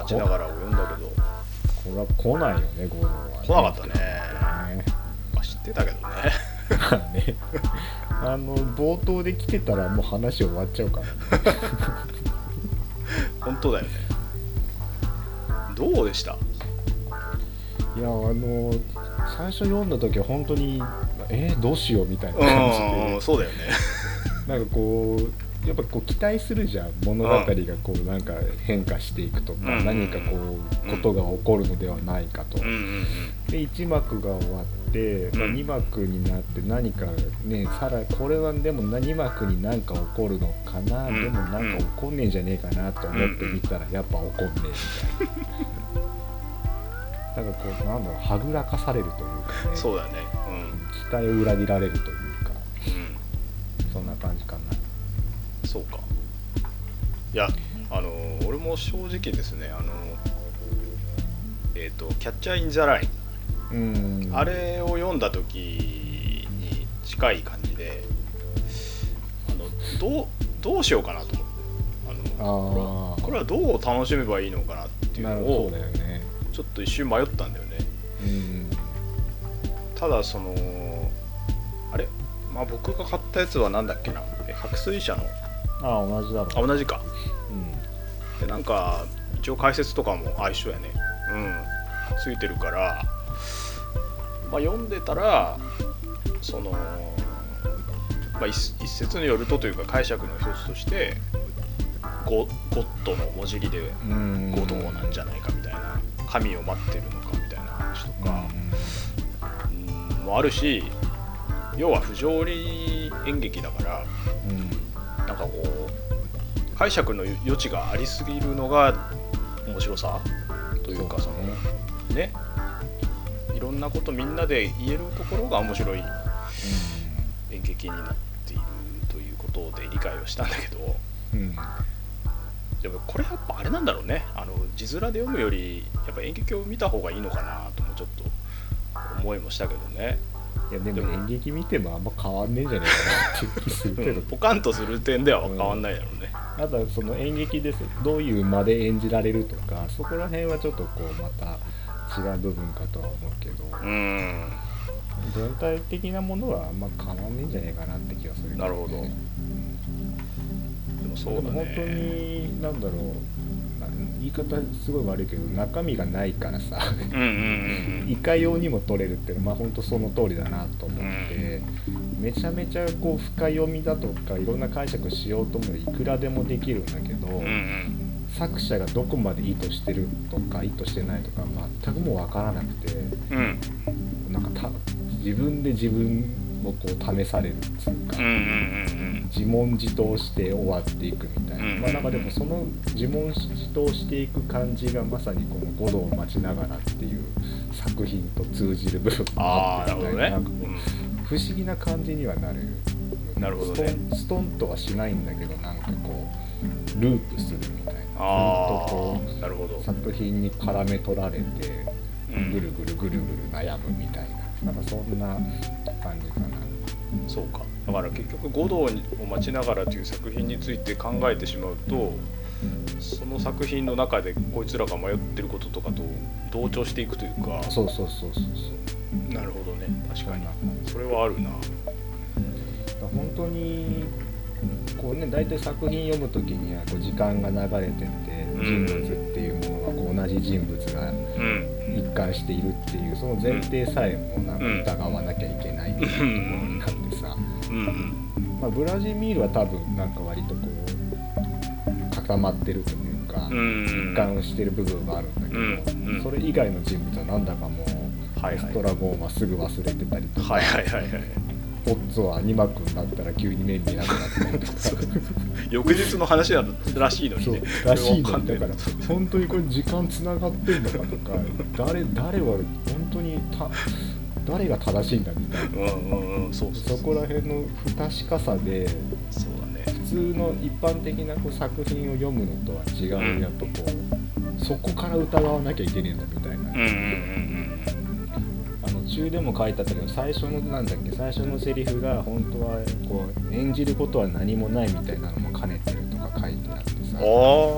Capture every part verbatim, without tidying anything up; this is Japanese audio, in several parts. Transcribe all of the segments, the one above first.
待ちながらを読んだけど、 これは来ないよね、五郎は、ね、 来なかったね。ね、まあ、知ってたけどねねあの冒頭で来てたらもう話終わっちゃうからね本当だよね。どうでした？ いや、あの最初読んだ時は本当にえー、どうしようみたいな感じで、 うん、そうだよねなんかこうやっぱこう期待するじゃん、物語がこうなんか変化していくとか、うん、何かこうことが起こるのではないかと、うんうんうん、でいち幕が終わって、まあ、に幕になって何かね、さらこれはでもに幕に何か起こるのかな、うん、でもなんか起こんねえんじゃねえかなと思ってみたらやっぱ起こんねえみたいななんかこうなんだろう、はぐらかされるというかね、 そうだね、うん、 期待を裏切られるというか、 うん、 そんな感じかな。 そうか。いや、あのー、俺も正直ですね、あのー、えっとキャッチャーインザライン、うん、あれを読んだ時に近い感じで、あのどうどうしようかなと思って、あのあこれはどう楽しめばいいのかなっていうのをそうだよね、 ちょっと一瞬迷ったんだよね。うん、ただそのあれ、まあ、僕が買ったやつはなんだっけな、白水社の、 ああ同じだろう、 あ同じか、うん、でなんか一応解説とかも相性やね、うん、ついてるから、まあ、読んでたらその、まあ、一, 一説によるとというか解釈の一つとしてゴ, ゴッドの文字りでゴドウなんじゃないかみたいな、神を待ってるのかみたいな話とか、うん、もあるし、要は不条理演劇だから、うん、なんかこう解釈の余地がありすぎるのが面白さというか、そのね、いろんなことみんなで言えるところが面白い演劇になっているということで理解をしたんだけど、うん、でもこれやっぱあれなんだろうね、あの字面で読むよりやっぱ演劇を見た方がいいのかなともちょっと思いもしたけどね。 いやでも演劇見てもあんま変わんねえんじゃねえかなっていう気するけど、 ポカンとする点では変わんないだろうね、 うん、ただその演劇ですどういう間で演じられるとか、そこら辺はちょっとこうまた違う部分かとは思うけど、うん、全体的なものはあんま変わんねえんじゃねえかなって気がするけど、ね、 なるほど、うん、でもそうだね、 でも本当になんだろう、言い方すごい悪いけど中身がないからさ、うんうんうん、いかようにも取れるっていうのはまあ本当その通りだなと思って、うん、めちゃめちゃこう深読みだとかいろんな解釈しようと思ういくらでもできるんだけど、うんうん、作者がどこまで意図してるとか意図してないとか全くもう分からなくて、うん、なんかた自分で自分をこう試されるっていうか、うんうんうん、自問自答して終わっていくみたいな、うんうん、まあなんかでもその自問自答していく感じがまさにこの五道を待ちながらっていう作品と通じる部分があってみたいな、なんかこう不思議な感じにはなる。 なるほどね。 ストン、ストンとはしないんだけどなんかこうループするみたいな、ずっとこうなるほど作品に絡め取られてぐるぐるぐるぐる悩むみたいな、なんかそんな感じかな。 そうか、だから結局五道を待ちながらという作品について考えてしまうと、その作品の中でこいつらが迷ってることとかと同調していくというか、 そうそうそうそうそう、 なるほどね、確かにそれはあるな。 本当にこうね、大体作品読むときにはこう時間が流れてって人物っていうものはこう同じ人物が一貫しているっていうその前提さえもなんか疑わなきゃいけないみたいなところになってさ、まあ、ブラジミールは多分なんか割とこう固まってるというか一貫してる部分があるんだけど、それ以外の人物はなんだかもうストラゴンはすぐ忘れてたりとか、オッズはに幕になったら急に目見なくなったりとか翌日の話だらしいのにね、 らしいのに、だから本当にこれ時間つながってんのかとか誰誰は本当にた誰が正しいんだみたいな、うんうんうん、そうそうそう、そこら辺の不確かさで、そうだね、普通の一般的なこう作品を読むのとは違う、やっぱこうそこから疑わなきゃいけねえんだみたいな、うんうんうんうん中でも書いてあったけど最初のなんだっけ最初のセリフが本当はこう演じることは何もないみたいなのも兼ねてるとか書いてあってさ、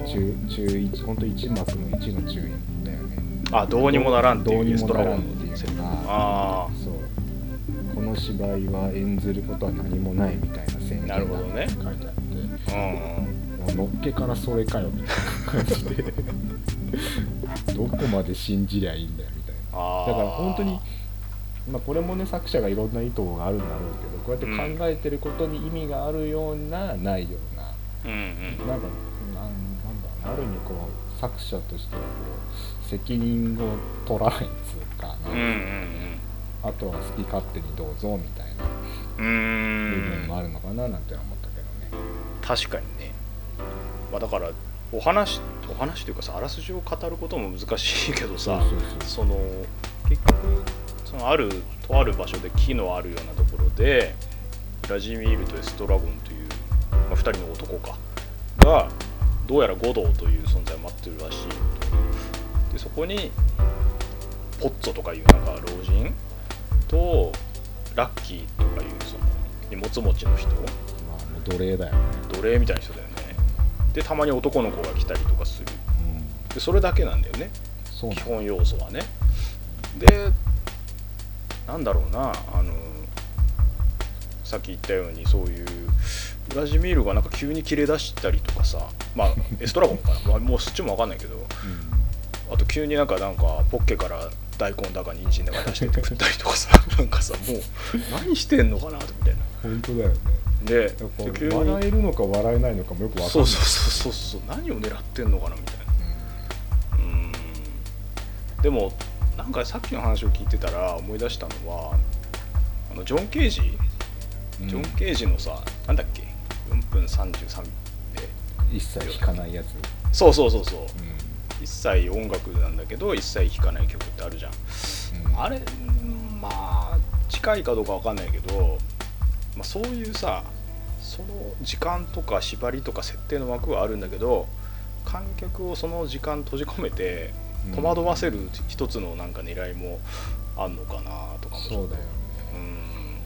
中中一本当一幕の一の注意だよね。 あ、どうにもならんっていうどうにエストラゴンもならんっていうのが、 あそうこの芝居は演ずることは何もないみたいな宣言が書いてあって、 うんうん、 もうのっけからそれかよみたいな感じでどこまで信じりゃいいんだよみたいな。 あだから本当に、まあ、これもね作者がいろんな意図があるんだろうけど、こうやって考えてることに意味があるような、ないような、 うんうん、 なんかなんなんだろうな、ある意味こう作者としてはこう責任を取らないっつうか、 うんうんうん、 あとは好き勝手にどうぞみたいな部分もあるのかななんて思ったけどね。 確かにね、まあ、だからお話お話というかさ、あらすじを語ることも難しいけどさ、その結局そのあるとある場所で木のあるようなところでウラジミールとエストラゴンという、まあ、ふたりの男かがどうやらゴドーという存在を待ってるらしいと。でそこにポッツォとかいうなんか老人とラッキーとかいうその荷物持ちの人、まあ、奴隷だよね。 奴隷みたいな人だよね。でたまに男の子が来たりとかする、うん、でそれだけなんだよね、基本要素はね。でなんだろうな、あのさっき言ったようにそういうウラジミールがなんか急に切れ出したりとかさ、まあエストラゴンかな、まあ、もうそっちも分かんないけど、うん、あと急になんかなんかポッケから大根だか人参だか出してて食ったりとかさなんかさもう何してんのかなとみたいな。 本当だよね。 で急に笑えるのか笑えないのかもよく分かんない。 そうそうそうそう、何を狙ってんのかなみたいな、うん、うんでもなんかさっきの話を聞いてたら思い出したのは、あのジョン・ケージ、うん、ジョン・ケージのさ、なんだっけよんぷんさんじゅうさんびょうで一切弾かないやつ。 そうそうそうそう、うん、一切音楽なんだけど一切弾かない曲ってあるじゃん、うん、あれまあ近いかどうかわかんないけど、まあ、そういうさ、その時間とか縛りとか設定の枠はあるんだけど、観客をその時間閉じ込めて戸惑わせる一つのなんか狙いもあんのかなとかも。 そうだよね、 うん、うん、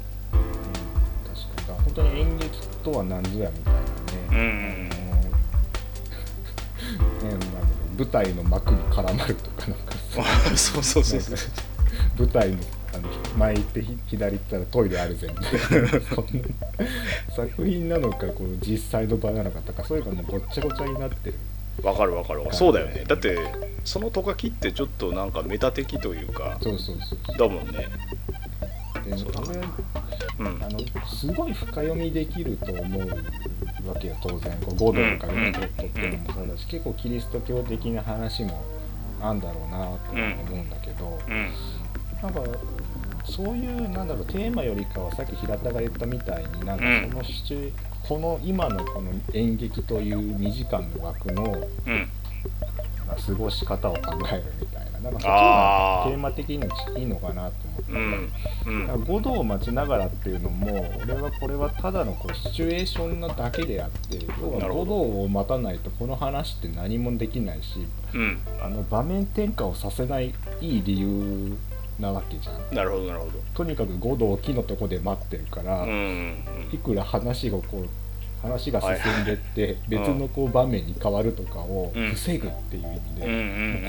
確かに本当に演劇とは何ぞやみたいなね、うんうん、ね、舞台の幕に絡まるとかなんかそうそうそうそう舞台のあの前行って左行ったらトイレあるぜみたいなそんな作品なのかこう実際の場なのかとか、そういうのもごっちゃごちゃになってる。 わかるわかる、そうだよね。だってそのトカキってちょっとなんかメタ的というか、 そうそうそうだもんね。 でそうだね、 うん、あのすごい深読みできると思うわけよ当然。こうゴドとかねとっていうのもそうだし、結構キリスト教的な話もあんだろうなと思うんだけど、うんうん、なんかそういうなんだろうテーマよりかはさっき平田が言ったみたいになんかそのシチュエ、うん、この今のこの演劇というにじかんの枠の、うん、まあ、過ごし方を考えるみたいな、なんかそっちのテーマ的にいいのかなと思って、うんうん、ゴドを待ちながらっていうのも俺はこれはただのこうシチュエーションなだけであって、要はゴドを待たないとこの話って何もできないし、うん、あの場面転換をさせないいい理由なわけじゃん。 なるほどなるほど。 とにかくゴドを木のとこで待ってるから、うんうん、いくら話がこう話が進んでって、はい、別のこう場面に変わるとかを防ぐっていう意味で、うん、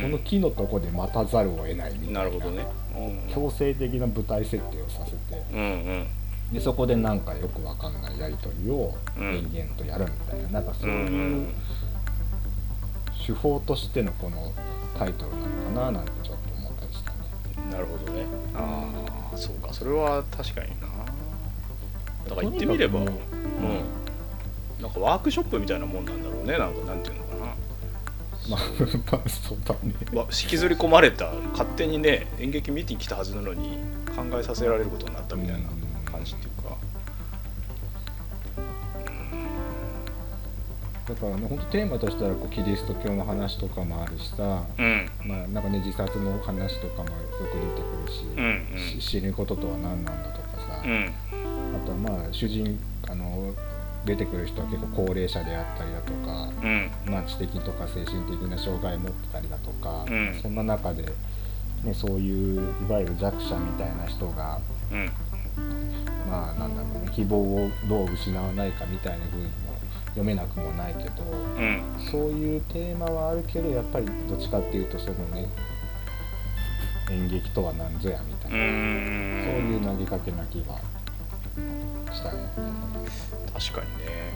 この木のとこで待たざるを得ないみたいな、 なるほどね、 うん、強制的な舞台設定をさせて、うんうん、でそこでなんかよくわかんないやり取りを延々とやるみたいな、うん、なんかそういう手法としてのこのタイトルなのかななんてちょっと思ったりしたね。 なるほどね。ああ、そうか、それは確かにな。だから言ってみれば、うん、なんかワークショップみたいなもんなんだろうね。なんかなんていうのかな。 まあそうだね。 引きずり込まれた、勝手にね演劇見てきたはずなのに考えさせられることになったみたいな感じっていうか。 だからね、本当テーマとしてはこうキリスト教の話とかもあるしさ、うん、まあなんかね自殺の話とかもよく出てくるし、うんうん、死ぬこととは何なんだとかさ、うん、あとはまあ主人あの出てくる人は結構高齢者であったりだとか、うん、まあ知的とか精神的な障害を持ってたりだとか、うん、そんな中で、ね、そういういわゆる弱者みたいな人が、うん、まあなんだろうね、希望をどう失わないかみたいな風にも読めなくもないけど、 うん、 そういうテーマはあるけどやっぱりどっちかっていうとそのね演劇とは何ぞやみたいな、うーん、そういう投げかけな気がしたよね。 確かにね。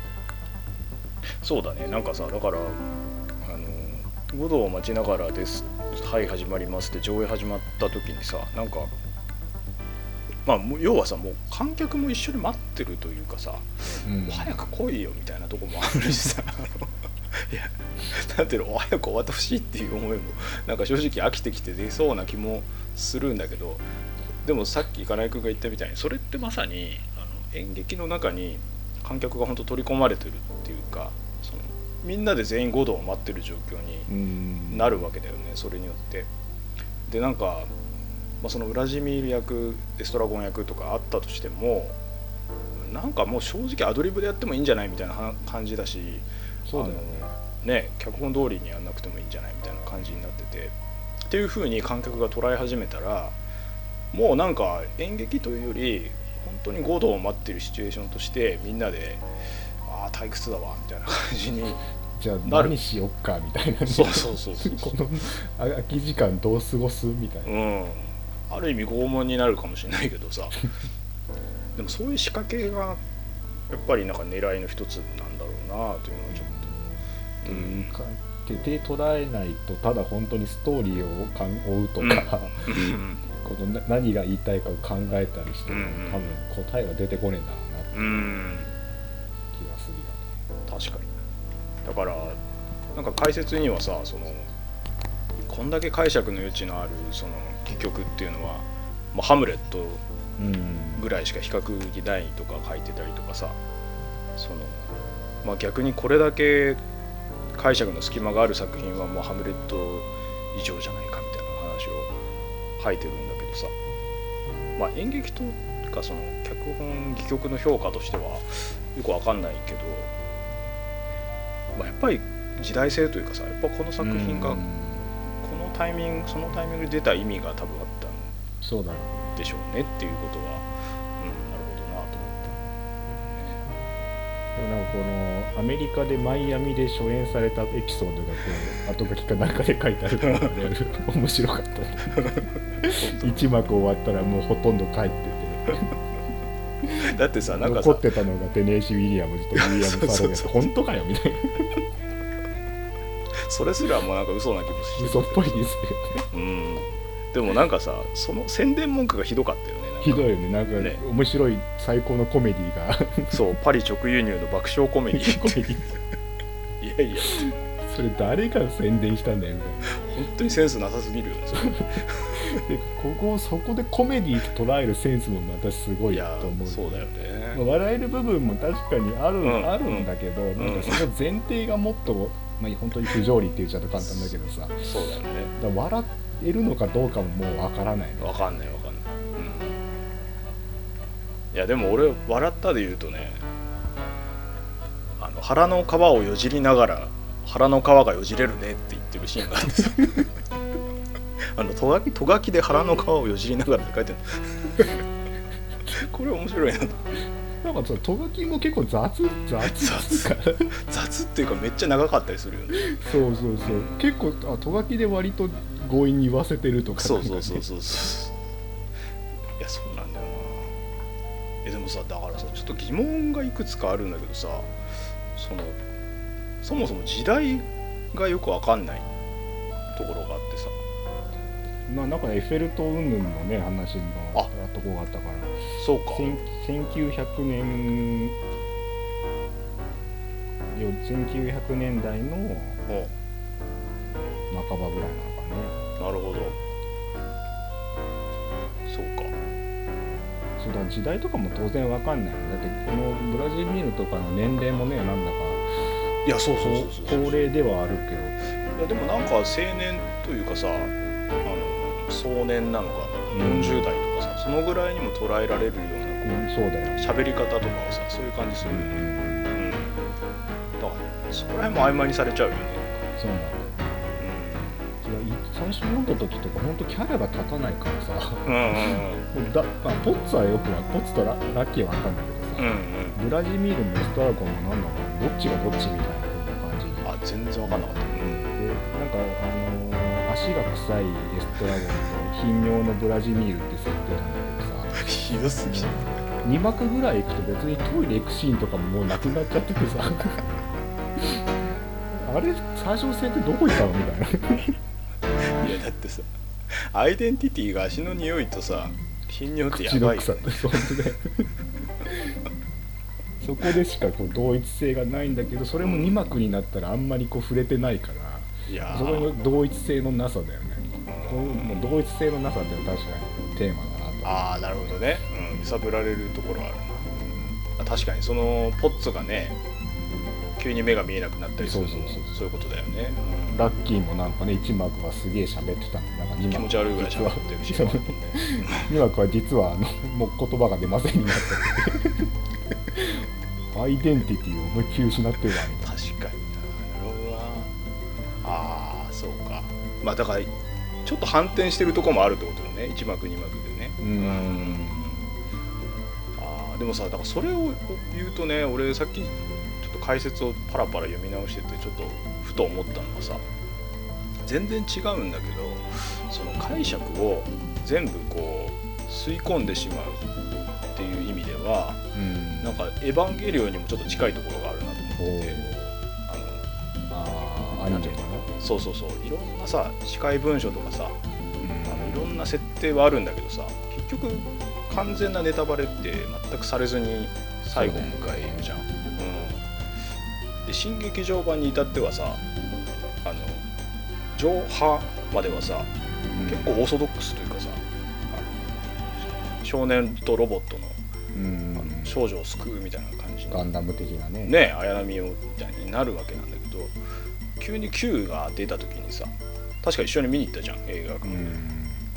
そうだね。なんかさ、だからあの五道を待ちながらですはい始まりますって上映始まった時にさ、なんかまあ要はさ、もう観客も一緒に待ってるというかさ、うん、早く来いよみたいなとこもあるしさいやなんていうの、早く終わってほしいっていう思いもなんか正直飽きてきて出そうな気もするんだけど、でもさっき金井君が言ったみたいにそれってまさにあの演劇の中に観客が本当取り込まれてるっていうか、そのみんなで全員五道を待ってる状況になるわけだよね、それによって。でなんか、まあ、そのウラジミール役エストラゴン役とかあったとしても、なんかもう正直アドリブでやってもいいんじゃないみたいな感じだし、 そうだよね、 あのね、脚本通りにやんなくてもいいんじゃないみたいな感じになってて、っていう風に観客が捉え始めたら、もうなんか演劇というより本当に五道を待ってるシチュエーションとしてみんなでああ退屈だわみたいな感じにじゃあ何しよっかみたいな、ね、 そうそうそうそうこの空き時間どう過ごすみたいな、うん、 ある意味拷問になるかもしれないけどさでもそういう仕掛けがやっぱりなんか狙いの一つなんだろうなというのはちょっと、うん、 か手捉えないとただ本当にストーリーを追うとか、うんこの何が言いたいかを考えたりしても、うんうん、多分答えは出てこねえんだろうなって気がするよね。 確かに。だからなんか解説にはさ、そのこんだけ解釈の余地のあるその戯曲っていうのは、まあ、ハムレットぐらいしか比較にないとか書いてたりとかさ、その、まあ、逆にこれだけ解釈の隙間がある作品はもうハムレット以上じゃないかみたいな話を書いてるんだけどさ、まあ、演劇とかその脚本戯曲の評価としてはよくわかんないけど、まあ、やっぱり時代性というかさ、やっぱこの作品がこのタイミングそのタイミングで出た意味が多分あったんでしょうねっていうことは、うん、なるほどなと思った、ね、 でもなんかこのアメリカでマイアミで初演されたエピソードがこう後書きかなんかで書いてあるので面白かったいち幕終わったらもうほとんど帰っててだってさ、なんかさ残ってたのがテネーシー・ウィリアムズとウィリアム・サロゲン本当かよみたいなそれすらもうなんか嘘な気もして嘘っぽいですよね、 うん、でもなんかさ、その宣伝文句がひどかったよね。 ひどいよね。なんかね、面白い最高のコメディがそう、パリ直輸入の爆笑コメディコメディいやいやそれ誰が宣伝したんだよみたいな。 本当にセンスなさすぎるよねそれでここそこでコメディと捉えるセンスも私すごいと思う。 そうだよね、 まあ、笑える部分も確かにある、うん、あるんだけど、うん、なんかその前提がもっと、まあ、本当に不条理って言っちゃうと簡単だけどさ、 そうだよね。 だから笑えるのかどうかももうわからないね。 わかんないわかんない、うん、いやでも俺笑ったで言うとね、あの腹の皮をよじりながら腹の皮がよじれるねって言ってるシーンがあるんですよあのとがきとがきで腹の皮をよじりながらって書いてあるこれ面白いなと。 なんかそのとがきも結構雑雑雑雑っていうかめっちゃ長かったりするよね。 そうそうそう、結構あとがきで割と強引に言わせてるとか、ね、 そうそうそうそうそういやそうなんだよな。えでもさ、だからさちょっと疑問がいくつかあるんだけどさ、そのそもそも時代がよくわかんないところがあってさ、 まあなんかエッフェル塔云々のね話のとこがあったから、 そうかせんきゅうひゃくねんせんきゅうひゃくねんだいの半ばぐらいなのかね。 なるほど、そうか。 そうだ、時代とかも当然わかんない。だってこのブラジミールとかの年齢もね、なんだかいやそうそうそうそう高齢ではあるけど、 いやでもなんか青年というかさ、あの壮年なのかよんじゅうだいとかさ、そのぐらいにも捉えられるような、 うん、そうだよ、 喋り方とかはさ、そういう感じするよね、うんうん、だからそこら辺も曖昧にされちゃうよね。 そうなんだよ、うん、最初読んだ時とか本当キャラが立たないからさ、うんうんうん、だまあ、ポッツはよくはポッツと ラ, ラッキーは分かんないけどさ、 うんうん、 ブラジミールもエストラゴンもなんだろう、どっちがどっちみたいな感じ。 あ、全然分かんなかった。うん、 でなんか、あのー、足が臭いエストラゴンと頻尿のブラジミールって設定なんだけどさひどすぎる。 に幕ぐらい行くと別にトイレ行くシーンとかももうなくなっちゃっててさあれ最初の設定どこ行ったのみたいないやだってさ、アイデンティティが足の匂いとさ頻尿ってやばいよ、ね、 口の臭って本当でそこでしかこう同一性がないんだけど、それもに幕になったらあんまりこう触れてないから、いやそこの同一性のなさだよね。こうもう同一性のなさっていうのは確かにテーマだなと。 ああ、なるほどね、うん、揺さぶられるところあるな、うん、確かにそのポッツがね急に目が見えなくなったりするのもそういうことだよね、 うん、ラッキーもなんかねいち幕はすげえ喋ってたのに、なんかに幕気持ち悪いぐらい喋ってるしに幕は実はあのもう言葉が出ませんになったアイデンティティを思いっきり失ってるわみたいな。 確かにな、なるほどな。ああ、そうか。まあだからちょっと反転してるとこもあるってことだね、いち幕に幕でね。うん。ああ、でもさ、だからそれを言うとね、俺さっきちょっと解説をパラパラ読み直しててちょっとふと思ったのはさ、全然違うんだけど、その解釈を全部こう吸い込んでしまうっていう意味では、うん、なんかエヴァンゲリオンにもちょっと近いところがあるなと思ってて、あのあアニメかな、そうそうそう、いろんなさ司会文書とかさ、うん、あのいろんな設定はあるんだけどさ、結局完全なネタバレって全くされずに最後を迎えるじゃん。う、ね、うん、で新劇場版に至ってはさ、あの上波まではさ、うん、結構オーソドックスというかさ、あの少年とロボットの、うん、あの少女を救うみたいな感じのガンダム的なね、 ね、綾波をみたいになるわけなんだけど、急に Q が出た時にさ、確か一緒に見に行ったじゃん、映画館、うん、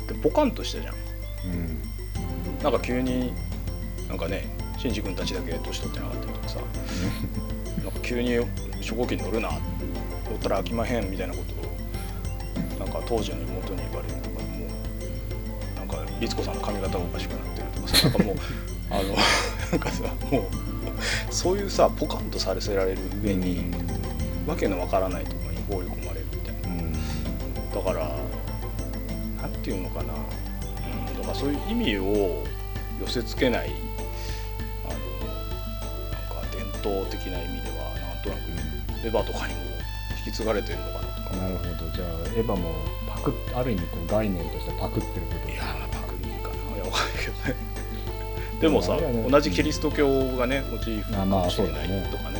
でポカンとしたじゃん、うん、なんか急になんかね、シンジ君たちだけ年取ってなかったりとかさなんか急に初号機に乗るな、乗ったら飽きまへんみたいなことをなんか当時の妹に言われるとか、もうなんか律子さんの髪型がおかしくなってるとかさ、なんかもうあのなんかさ、もうそういうさポカンとさせられる上に、うん、わけのわからないところに放り込まれるみたいな、うん、だからなんていうのかな、うん、だからそういう意味を寄せ付けない、あのなんか伝統的な意味ではなんとなくエヴァとかにも引き継がれてるのかなとか。 なるほど、じゃあエヴァもパクある意味こう概念としてパクってる部分。 いやパクリかな、いやわかんないけどねでもさ、ね、同じキリスト教がねモチーフかもしれないとかね、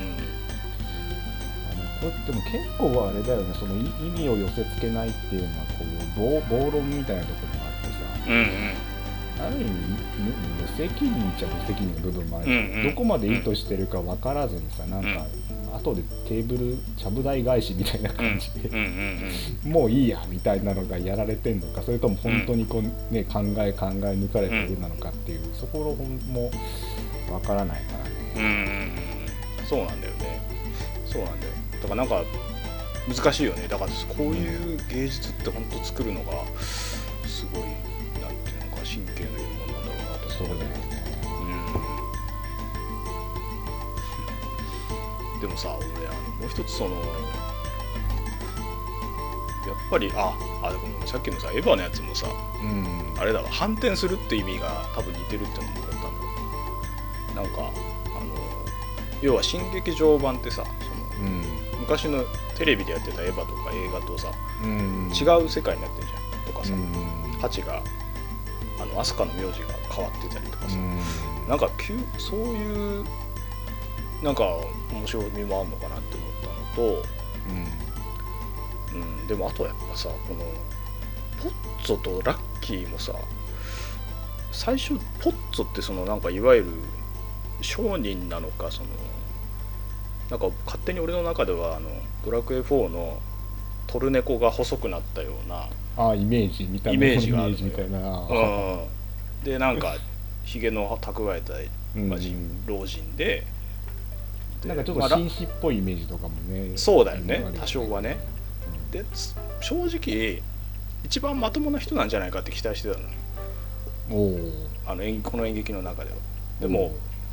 これでも結構あれだよね、その意味を寄せ付けないっていうのはこう暴論みたいなところがあってさ、うんうん、ある意味無責任っちゃ無責任の部分もある、うんうん、どこまで意図してるか分からずにさ、なんか、うん、後でテーブルちゃぶ台返しみたいな感じで、うんうんうん、もういいやみたいなのがやられてんのか、それとも本当にこう、ね、考え考え抜かれてるなのかっていう、うん、そこも分からないからね、 うん、そうなんだよね、そうなんだよ。だからなんか難しいよね。だからこういう芸術って本当作るのがすごいなんていうのか神経のいいものなんだろうなと。 そうだよね、 うん、でもさ、俺あのもう一つそのやっぱりああでもさっきのさエヴァのやつもさ、うん、あれだわ、反転するって意味が多分似てるってのもだったんだろう。なんかあの要は新劇場版ってさ、その、うん、昔のテレビでやってたエヴァとか映画とさ、うん、違う世界になってるじゃんとかさ、うん、ハチがあのアスカの名字が変わってたりとかさ、うん、なんかそういうなんか面白みもあるのかなって思ったのと、うんうん、でもあとはやっぱさ、このポッツォとラッキーもさ、最初ポッツォってそのなんかいわゆる商人なのか、そのなんか勝手に俺の中ではあのドラクエフォーのトルネコが細くなったようなあイメージみたいなイメージがあるみたいな、うん、 でなんかひげの蓄えた老人で、 うん、なんかちょっと紳士っぽいイメージとかもね、 そうだよね、多少はね、うん、で正直一番まともな人なんじゃないかって期待してたのよ、おあのこの演劇の中では。でも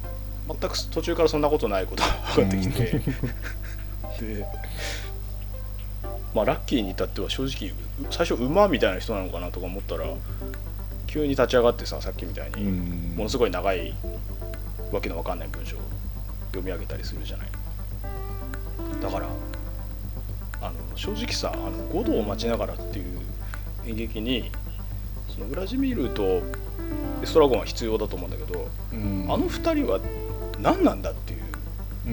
全く途中からそんなことないことが分かってきて、うん、でまあラッキーに至っては正直最初馬みたいな人なのかなとか思ったら急に立ち上がってさ、さっきみたいにものすごい長いわけのわかんない文章を読み上げたりするじゃない。だからあの正直さ、あのゴドを待ちながらっていう演劇にそのウラジミールとエストラゴンは必要だと思うんだけど、うん、あのふたりは何なんだっていう、うん、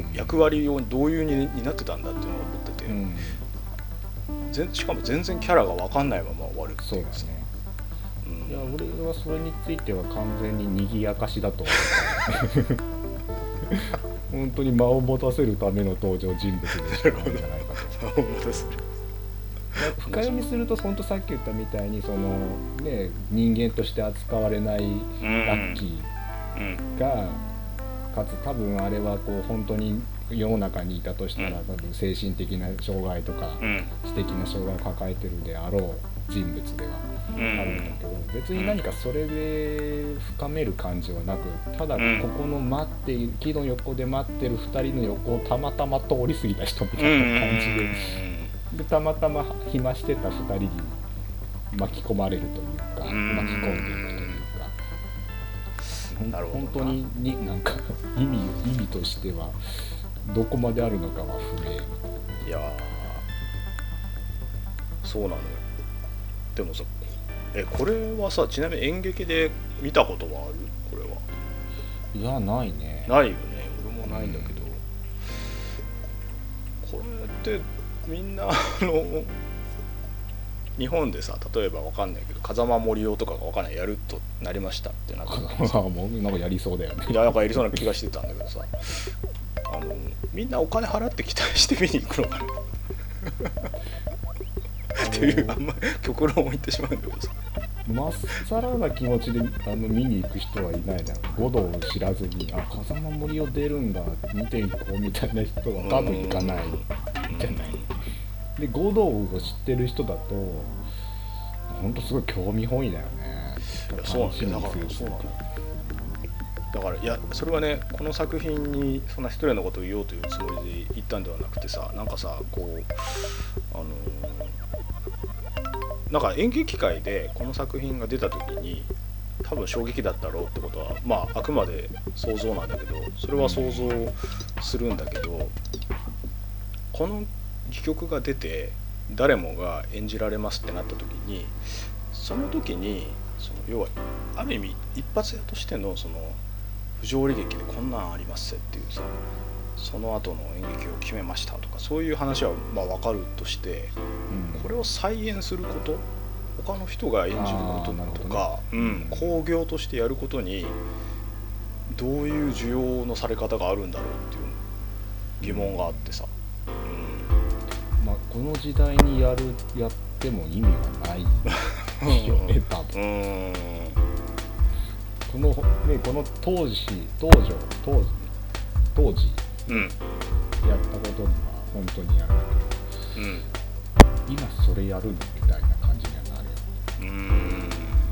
役割をどういうに担ってたんだっていうのを思ってて、うん、しかも全然キャラが分かんないまま終わるっていうさ。そうだね、 うん、いや俺はそれについては完全に賑やかしだと思う本当に間を持たせるための登場人物でしかないんじゃないかと。間を持たせる深読みすると本当さっき言ったみたいにその、ね、人間として扱われないラッキーが、うん、かつ多分あれはこう本当に世の中にいたとしたら、うん、多分精神的な障害とか、うん、知的な障害を抱えてるであろう人物ではあるんだけど、うん、別に何かそれで深める感じはなく、ただここの待っている木の横で待ってるふたりの横をたまたま通り過ぎた人みたいな感じで、でたまたま暇してたふたりに巻き込まれるというか、巻き込んでいくというか、本当にになんか意味意味としてはどこまであるのかは不明みたいな。 いやそうなのよ。でもさ、えこれはさ、ちなみに演劇で見たことはある？これは。 いやないね。 ないよね。俺もないんだけど、うん、これってみんなあの日本でさ、例えばわかんないけど風間森夫とかがわかんないやるとなりましたってなったらもうなんかやりそうだよね。 いやなんかやりそうな気がしてたんだけどさ、あのみんなお金払って期待して見に行くのかなっていうあんま極論を言ってしまうんだけどさ、 まっさらな気持ちであの見に行く人はいないだろう。五道を知らずにあ風間森夫出るんだ見ていこうみたいな人は多分行かないじゃない。で五道を知ってる人だと本当すごい興味本位だよね。 いやそうなんだよ。だからそうなんだよ。だからいやそれはね、この作品にそんな失礼なことを言おうというつもりで言ったんではなくてさ、なんかさこうあのなんか演劇界でこの作品が出た時に多分衝撃だったろうってことはまああくまで想像なんだけど、それは想像するんだけど、この戯曲が出て誰もが演じられますってなった時に、その時にその要はある意味一発屋としてのその不条理劇でこんなんありますっていうさ、その後の演劇を決めましたとかそういう話はまあ分かるとして、うん、これを再演すること、他の人が演じることとか、ね、うん、興行としてやることにどういう需要のされ方があるんだろうっていう疑問があってさ、 うん、まあ、この時代にやるやっても意味はないよね多分。うんこのねこの当時当時当時当時やったことには本当にあるけど、うん、今それやるのみたいな感じにはなるよ。うーん、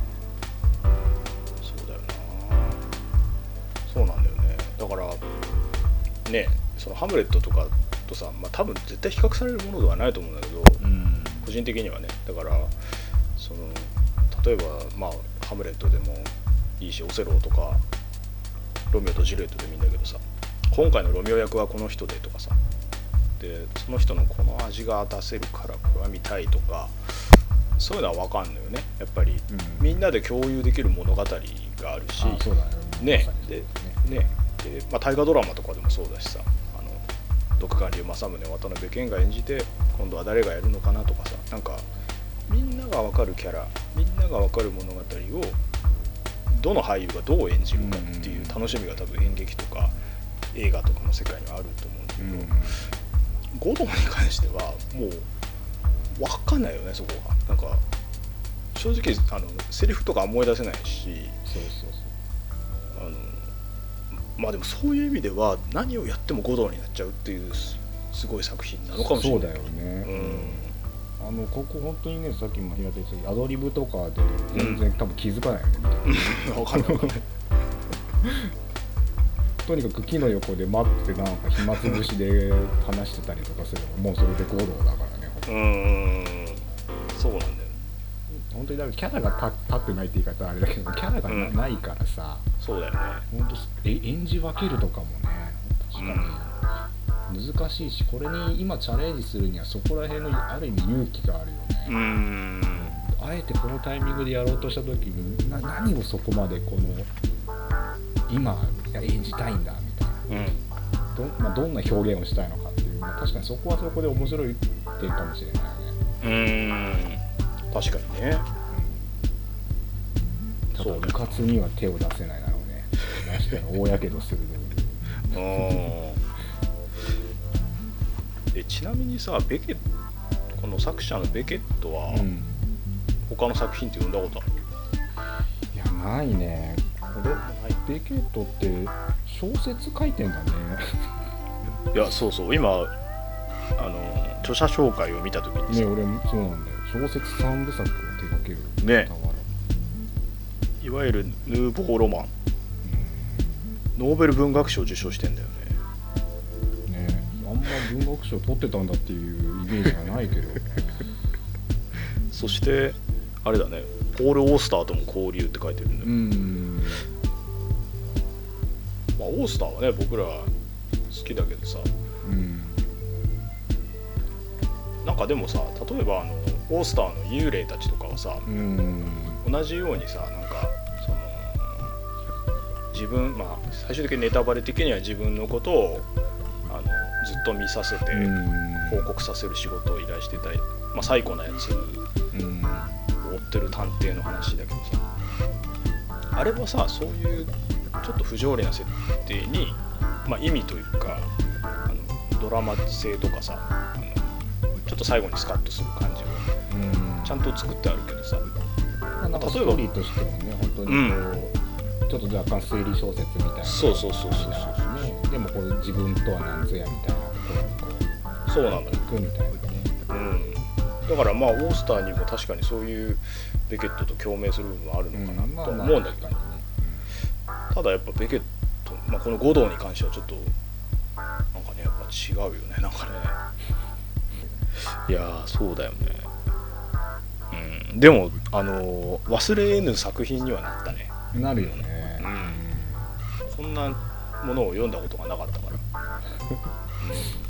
そうだよな。そうなんだよね。だからね、そのハムレットとかとさ、まあ多分絶対比較されるものではないと思うんだけど、うん、個人的にはね。だからその例えばまあハムレットでもいいし、オセローとかロミオとジュリエットでもいいんだけどさ、今回のロミオ役はこの人でとかさ、でその人のこの味が出せるからこれは見たいとか、そういうのは分かんのよねやっぱり、うん、みんなで共有できる物語があるし、 あ、そうだよね。でねで、まあ、大河ドラマとかでもそうだしさ、あの独眼竜政宗渡辺謙が演じて今度は誰がやるのかなとかさ、なんかみんなが分かるキャラ、みんなが分かる物語をどの俳優がどう演じるかっていう楽しみが多分演劇とか映画とかの世界にはあると思うんだけど、うん、五道に関してはもう分かんないよね、そこが。なんか正直あのセリフとか思い出せないし、そうそうそう、あのまあでもそういう意味では何をやっても五道になっちゃうっていうすごい作品なのかもしれない。 そうだよね、うん、あのここ本当にね、さっきも平手さんアドリブとかで全然、うん、多分気づかないよね、 分かんないとにかく木の横で待っててなんか暇つぶしで話してたりとかするのもうそれで五道だからね。 うーんそうなんだよ。 本当にだからキャラが立ってないって言い方はあれだけどキャラが な,、うん、ないからさ。 そうだよね。 本当え演じ分けるとかもね確かに難しいし、これに今チャレンジするにはそこら辺のある意味勇気があるよね。 うーんあえてこのタイミングでやろうとした時にな何をそこまでこの今演じたいんだみたいな、うん ど, まあ、どんな表現をしたいのかっていう、まあ、確かにそこはそこで面白い点かもしれないよね。 うーん確かにね、 うん、ただ部活には手を出せないだろうね。出したら大やけどするでえちなみにさベケこの作者のベケットは、うん、他の作品って読んだことある？ いやないね。これベケットって小説書いてんだね。 いやそうそう今あの著者紹介を見た時にさね俺もそうなんだよ。小説三部作を手掛けるね。いわゆるヌーボーロマン、うん、ノーベル文学賞を受賞してんだよね。ねあんま文学賞取ってたんだっていうイメージがないけどそしてあれだねポール・オースターとも交流って書いてるんだよ。うんまあオースターはね僕ら好きだけどさ、うん、なんかでもさ例えばあのオースターの幽霊たちとかはさ、うん、同じようにさなんかその自分まあ最終的にネタバレ的には自分のことをあのずっと見させて報告させる仕事を依頼してたり、まあ、最古なやつ、うん追ってる探偵の話だけどさあれはさそういうちょっと不条理な設定に、まあ、意味というかあのドラマ性とかさあのちょっと最後にスカッとする感じをちゃんと作ってあるけどさ、 うん、なんかストーリーとしてもね本当にこう、うん、ちょっと若干推理小説みたいなそうそうそうそうそう、 ね、でもこれ自分とは何ぞやみたいなところにこうそうなんだよ行くみたいなね、 うんだからまあオースターにも確かにそういうベケットと共鳴する部分はあるのかなとは思うんだけど、うんまあまあ、ただやっぱベケット、まあ、この五道に関してはちょっとなんかねやっぱ違うよねなんかねいやーそうだよね、うん、でもあのー、忘れ得ぬ作品にはなったね。 なるよね、 うん、こんなものを読んだことがなかったから、うん